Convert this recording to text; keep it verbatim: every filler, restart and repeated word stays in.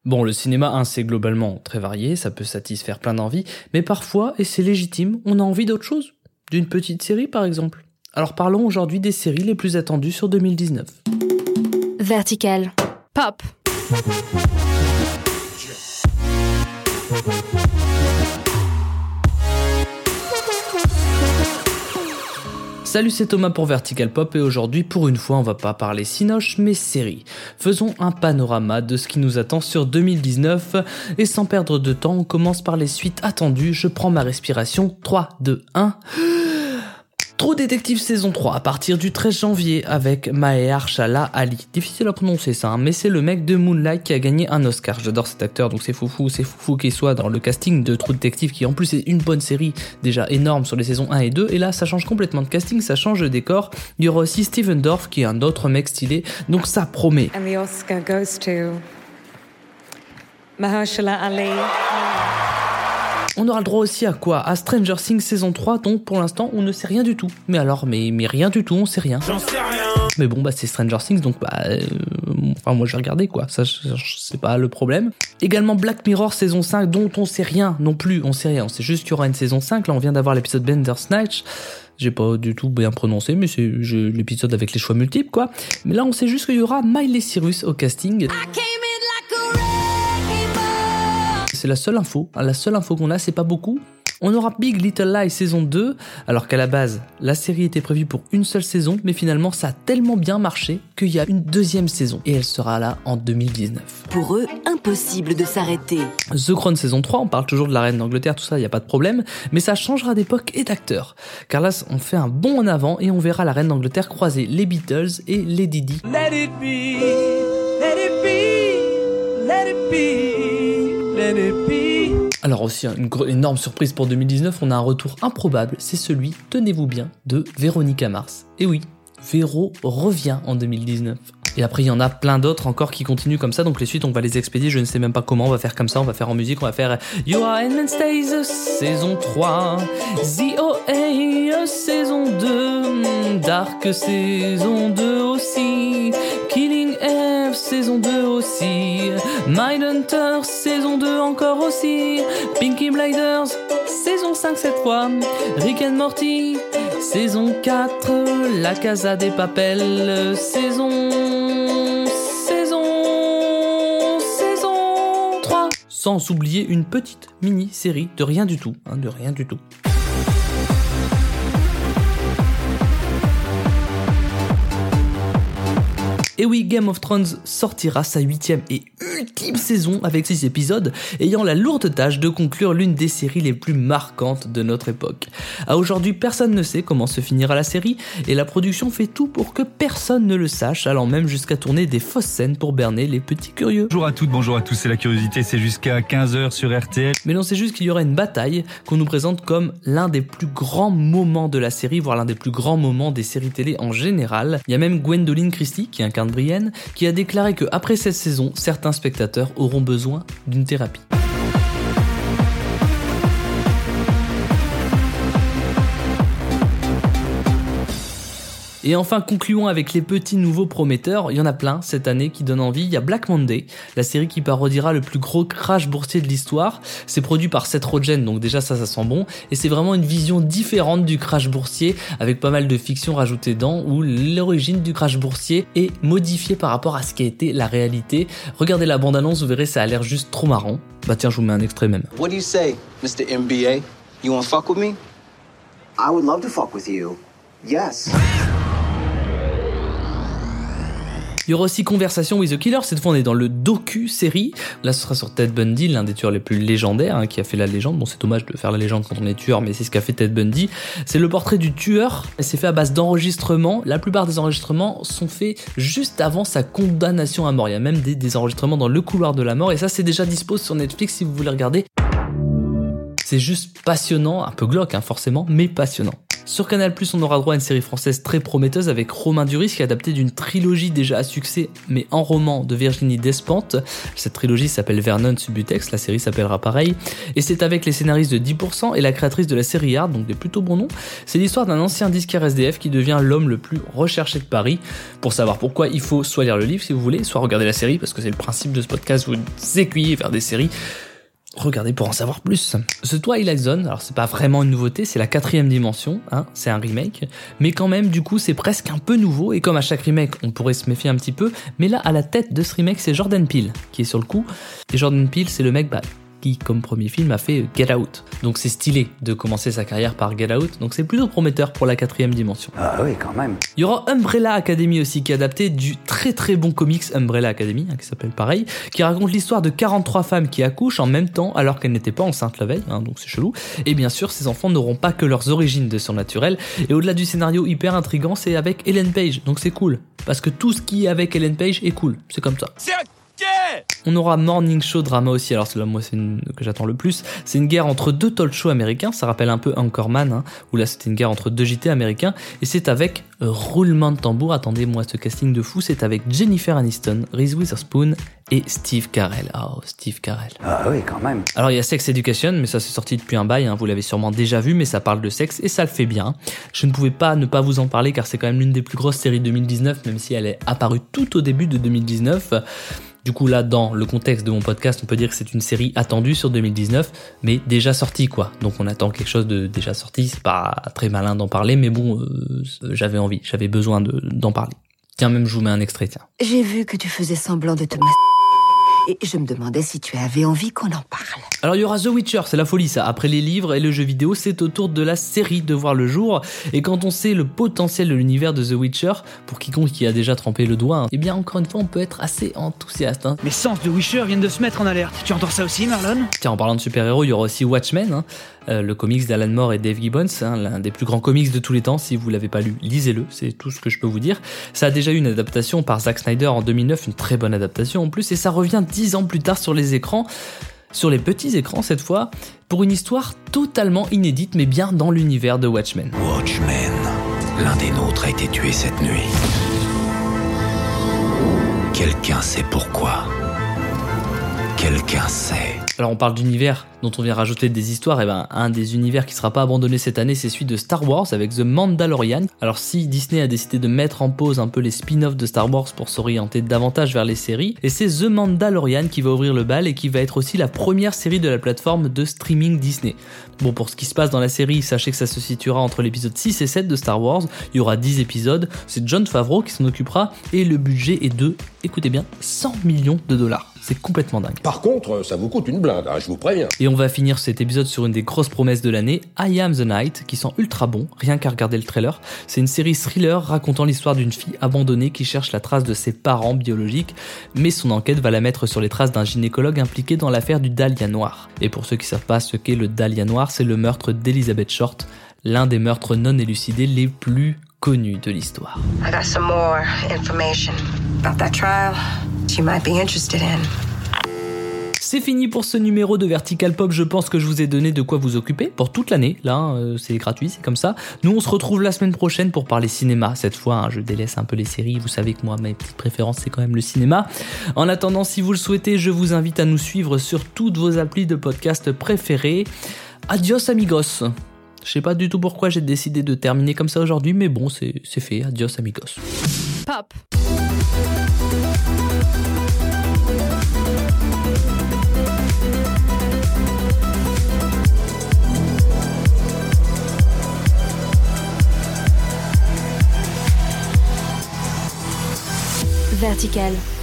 Bon, le cinéma, hein, c'est globalement très varié, ça peut satisfaire plein d'envies, mais parfois, et c'est légitime, on a envie d'autre chose. D'une petite série, par exemple. Alors parlons aujourd'hui des séries les plus attendues sur deux mille dix-neuf. Vertical. Pop. Salut, c'est Thomas pour Vertical Pop et aujourd'hui, pour une fois, on va pas parler cinoche, mais série. Faisons un panorama de ce qui nous attend sur deux mille dix-neuf et sans perdre de temps, on commence par les suites attendues. Je prends ma respiration. trois, deux, un... True Detective saison trois à partir du treize janvier avec Mahershala Ali. Difficile à prononcer ça, hein, mais c'est le mec de Moonlight qui a gagné un Oscar. J'adore cet acteur, donc c'est foufou, c'est foufou qu'il soit dans le casting de True Detective qui en plus est une bonne série déjà énorme sur les saisons un et deux. Et là, ça change complètement de casting, ça change de décor. Il y aura aussi Steven Dorff qui est un autre mec stylé, donc ça promet. And the Oscar goes to Mahershala Ali. On aura le droit aussi à quoi ? À Stranger Things saison trois, donc pour l'instant on ne sait rien du tout. Mais alors, mais, mais rien du tout, on sait rien. J'en sais rien. Mais bon, bah c'est Stranger Things, donc bah... Euh, enfin moi je vais regarder quoi, ça c'est pas le problème. Également Black Mirror saison cinq, dont on sait rien non plus, on sait rien. On sait juste qu'il y aura une saison cinq, là on vient d'avoir l'épisode Bandersnatch. J'ai pas du tout bien prononcé, mais c'est je, l'épisode avec les choix multiples quoi. Mais là on sait juste qu'il y aura Miley Cyrus au casting. C'est la seule info, hein, la seule info qu'on a, c'est pas beaucoup. On aura Big Little Lies saison deux, alors qu'à la base, la série était prévue pour une seule saison, mais finalement ça a tellement bien marché qu'il y a une deuxième saison, et elle sera là en deux mille dix-neuf. Pour eux, impossible de s'arrêter. The Crown saison trois, on parle toujours de la reine d'Angleterre, tout ça, y a pas de problème, mais ça changera d'époque et d'acteur. Car là, on fait un bond en avant et on verra la reine d'Angleterre croiser les Beatles et Lady Di. Let it be, let it be, let it be. Alors aussi, une gr- énorme surprise pour deux mille dix-neuf, on a un retour improbable, c'est celui, tenez-vous bien, de Véronica Mars. Et oui, Véro revient en deux mille dix-neuf. Et après, il y en a plein d'autres encore qui continuent comme ça, donc les suites, on va les expédier, je ne sais même pas comment, on va faire comme ça, on va faire en musique, on va faire You Are Handmaid's Tale saison trois, The O A saison deux, Dark saison deux aussi, Killing Eve saison deux aussi, Mindhunter saison deux encore aussi, Peaky Blinders saison cinq cette fois, Rick and Morty saison quatre, La Casa des Papel saison saison saison trois, sans oublier une petite mini-série de rien du tout, hein, de rien du tout. Et oui, Game of Thrones sortira sa huitième et ultime saison avec six épisodes, ayant la lourde tâche de conclure l'une des séries les plus marquantes de notre époque. À aujourd'hui, personne ne sait comment se finira la série, et la production fait tout pour que personne ne le sache, allant même jusqu'à tourner des fausses scènes pour berner les petits curieux. Bonjour à toutes, bonjour à tous, c'est La Curiosité, c'est jusqu'à quinze heures sur R T L. Mais non, c'est juste qu'il y aura une bataille qu'on nous présente comme l'un des plus grands moments de la série, voire l'un des plus grands moments des séries télé en général. Il y a même Gwendoline Christie, qui incarne Brienne, qui a déclaré que après cette saison, certains spectateurs auront besoin d'une thérapie. Et enfin, concluons avec les petits nouveaux prometteurs. Il y en a plein cette année qui donnent envie. Il y a Black Monday, la série qui parodiera le plus gros crash boursier de l'histoire. C'est produit par Seth Rogen, donc déjà ça, ça sent bon. Et c'est vraiment une vision différente du crash boursier, avec pas mal de fiction rajoutée dedans, où l'origine du crash boursier est modifiée par rapport à ce qui a été la réalité. Regardez la bande-annonce, vous verrez, ça a l'air juste trop marrant. Bah tiens, je vous mets un extrait même. What do you say, Mister M B A? You wanna fuck with me? I would love to fuck with you. Yes. Il y aura aussi Conversation with the Killer, cette fois on est dans le docu-série. Là ce sera sur Ted Bundy, l'un des tueurs les plus légendaires, hein, qui a fait la légende. Bon, c'est dommage de faire la légende quand on est tueur, mais c'est ce qu'a fait Ted Bundy. C'est le portrait du tueur, et c'est fait à base d'enregistrements. La plupart des enregistrements sont faits juste avant sa condamnation à mort. Il y a même des, des enregistrements dans le couloir de la mort, et ça c'est déjà dispo sur Netflix si vous voulez regarder. C'est juste passionnant, un peu glauque hein, forcément, mais passionnant. Sur Canal+, on aura droit à une série française très prometteuse avec Romain Duris qui est adapté d'une trilogie déjà à succès, mais en roman, de Virginie Despentes. Cette trilogie s'appelle Vernon Subutex, la série s'appellera pareil, et c'est avec les scénaristes de dix pour cent et la créatrice de la série Hard, donc des plutôt bons noms. C'est l'histoire d'un ancien disquaire S D F qui devient l'homme le plus recherché de Paris. Pour savoir pourquoi, il faut soit lire le livre si vous voulez, soit regarder la série, parce que c'est le principe de ce podcast, vous écuyez vers des séries. Regardez pour en savoir plus. The Twilight Zone, alors c'est pas vraiment une nouveauté, c'est la quatrième dimension, hein, c'est un remake, mais quand même du coup c'est presque un peu nouveau, et comme à chaque remake on pourrait se méfier un petit peu, mais là à la tête de ce remake c'est Jordan Peele qui est sur le coup, et Jordan Peele c'est le mec bah, qui comme premier film a fait Get Out, donc c'est stylé de commencer sa carrière par Get Out, donc c'est plutôt prometteur pour la quatrième dimension. Ah oui, quand même. Il y aura Umbrella Academy aussi qui est adapté du très très bon comics Umbrella Academy, hein, qui s'appelle pareil, qui raconte l'histoire de quarante-trois femmes qui accouchent en même temps alors qu'elles n'étaient pas enceintes la veille, hein, donc c'est chelou, et bien sûr ces enfants n'auront pas que leurs origines de surnaturel, et au-delà du scénario hyper intriguant, c'est avec Ellen Page, donc c'est cool, parce que tout ce qui est avec Ellen Page est cool, c'est comme ça. C'est On aura Morning Show Drama aussi, alors c'est là moi c'est une que j'attends le plus. C'est une guerre entre deux talk shows américains, ça rappelle un peu Anchorman, hein, où là c'était une guerre entre deux J T américains, et c'est avec euh, roulement de tambour, attendez-moi ce casting de fou, c'est avec Jennifer Aniston, Reese Witherspoon et Steve Carell. Oh, Steve Carell. Ah oui, quand même. Alors il y a Sex Education, mais ça c'est sorti depuis un bail, hein, vous l'avez sûrement déjà vu, mais ça parle de sexe et ça le fait bien. Je ne pouvais pas ne pas vous en parler car c'est quand même l'une des plus grosses séries de deux mille dix-neuf, même si elle est apparue tout au début de deux mille dix-neuf. Du coup là, dans le contexte de mon podcast, on peut dire que c'est une série attendue sur deux mille dix-neuf, mais déjà sortie quoi. Donc on attend quelque chose de déjà sorti, c'est pas très malin d'en parler, mais bon, euh, j'avais envie, j'avais besoin de, d'en parler. Tiens, même je vous mets un extrait, tiens. J'ai vu que tu faisais semblant de te masturber. Et je me demandais si tu avais envie qu'on en parle. Alors il y aura The Witcher, c'est la folie ça. Après les livres et le jeu vidéo, c'est au tour de la série de voir le jour. Et quand on sait le potentiel de l'univers de The Witcher, pour quiconque qui a déjà trempé le doigt, hein, eh bien encore une fois on peut être assez enthousiaste. Hein. Mes sens de Witcher viennent de se mettre en alerte. Tu entends ça aussi, Marlon ? Tiens, en parlant de super-héros, il y aura aussi Watchmen, hein, euh, le comics d'Alan Moore et Dave Gibbons, hein, l'un des plus grands comics de tous les temps. Si vous l'avez pas lu, lisez-le, c'est tout ce que je peux vous dire. Ça a déjà eu une adaptation par Zack Snyder en deux mille neuf, une très bonne adaptation en plus, et ça revient dix ans plus tard sur les écrans, sur les petits écrans cette fois, pour une histoire totalement inédite mais bien dans l'univers de Watchmen. Watchmen, l'un des nôtres a été tué cette nuit. Quelqu'un sait pourquoi. Quelqu'un sait. Alors on parle d'univers dont on vient rajouter des histoires, et ben un des univers qui sera pas abandonné cette année, c'est celui de Star Wars avec The Mandalorian. Alors si Disney a décidé de mettre en pause un peu les spin-offs de Star Wars pour s'orienter davantage vers les séries, et c'est The Mandalorian qui va ouvrir le bal et qui va être aussi la première série de la plateforme de streaming Disney. Bon, pour ce qui se passe dans la série, sachez que ça se situera entre l'épisode six et sept de Star Wars, il y aura dix épisodes, c'est Jon Favreau qui s'en occupera, et le budget est de, écoutez bien, cent millions de dollars. C'est complètement dingue. Par contre, ça vous coûte une blinde, hein, je vous préviens. Et on va finir cet épisode sur une des grosses promesses de l'année, I Am the Night, qui sent ultra bon, rien qu'à regarder le trailer. C'est une série thriller racontant l'histoire d'une fille abandonnée qui cherche la trace de ses parents biologiques, mais son enquête va la mettre sur les traces d'un gynécologue impliqué dans l'affaire du Dahlia Noir. Et pour ceux qui savent pas ce qu'est le Dahlia Noir, c'est le meurtre d'Elizabeth Short, l'un des meurtres non élucidés les plus connus de l'histoire. I got some more information about that trial you might be interested in. C'est fini pour ce numéro de Vertical Pop, je pense que je vous ai donné de quoi vous occuper pour toute l'année, là euh, c'est gratuit, c'est comme ça. Nous on se retrouve la semaine prochaine pour parler cinéma, cette fois hein, je délaisse un peu les séries, vous savez que moi mes petites préférences c'est quand même le cinéma. En attendant, si vous le souhaitez, je vous invite à nous suivre sur toutes vos applis de podcast préférés. Adios amigos. Je sais pas du tout pourquoi j'ai décidé de terminer comme ça aujourd'hui, mais bon c'est, c'est fait, adios amigos. Pop. Vertical.